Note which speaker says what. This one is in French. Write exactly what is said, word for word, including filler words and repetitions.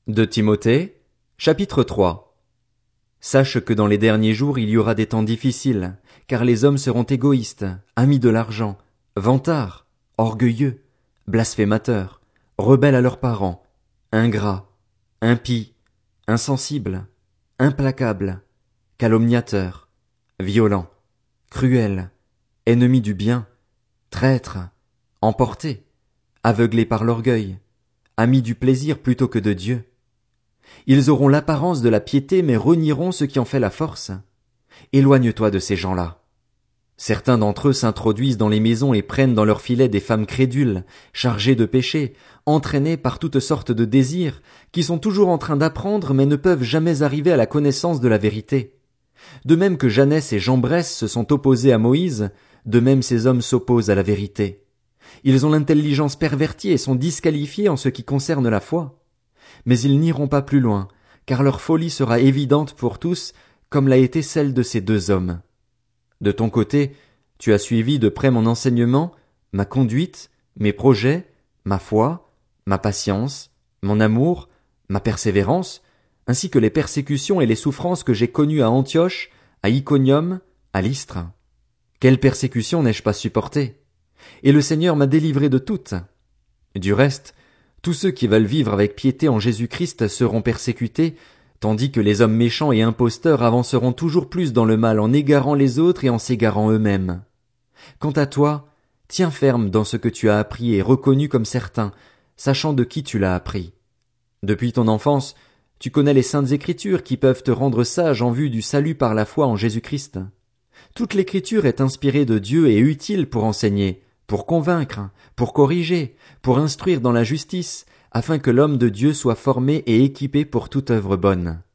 Speaker 1: De Timothée, chapitre trois. Sache que dans les derniers jours il y aura des temps difficiles, car les hommes seront égoïstes, amis de l'argent, vantards, orgueilleux, blasphémateurs, rebelles à leurs parents, ingrats, impies, insensibles, implacables, calomniateurs, violents, cruels, ennemis du bien, traîtres, emportés, aveuglés par l'orgueil, amis du plaisir plutôt que de Dieu. Ils auront l'apparence de la piété mais renieront ce qui en fait la force. Éloigne-toi de ces gens-là. Certains d'entre eux s'introduisent dans les maisons et prennent dans leurs filets des femmes crédules, chargées de péchés, entraînées par toutes sortes de désirs, qui sont toujours en train d'apprendre mais ne peuvent jamais arriver à la connaissance de la vérité. De même que Jeannès et Jambres se sont opposés à Moïse, de même ces hommes s'opposent à la vérité. Ils ont l'intelligence pervertie et sont disqualifiés en ce qui concerne la foi. Mais ils n'iront pas plus loin, car leur folie sera évidente pour tous, comme l'a été celle de ces deux hommes. De ton côté, tu as suivi de près mon enseignement, ma conduite, mes projets, ma foi, ma patience, mon amour, ma persévérance, ainsi que les persécutions et les souffrances que j'ai connues à Antioche, à Iconium, à Lystre. Quelle persécution n'ai-je pas supportée? Et le Seigneur m'a délivré de toutes. Du reste, tous ceux qui veulent vivre avec piété en Jésus-Christ seront persécutés, tandis que les hommes méchants et imposteurs avanceront toujours plus dans le mal en égarant les autres et en s'égarant eux-mêmes. Quant à toi, tiens ferme dans ce que tu as appris et reconnu comme certain, sachant de qui tu l'as appris. Depuis ton enfance, tu connais les saintes Écritures qui peuvent te rendre sage en vue du salut par la foi en Jésus-Christ. Toute l'Écriture est inspirée de Dieu et utile pour enseigner, pour convaincre, pour corriger, pour instruire dans la justice, afin que l'homme de Dieu soit formé et équipé pour toute œuvre bonne.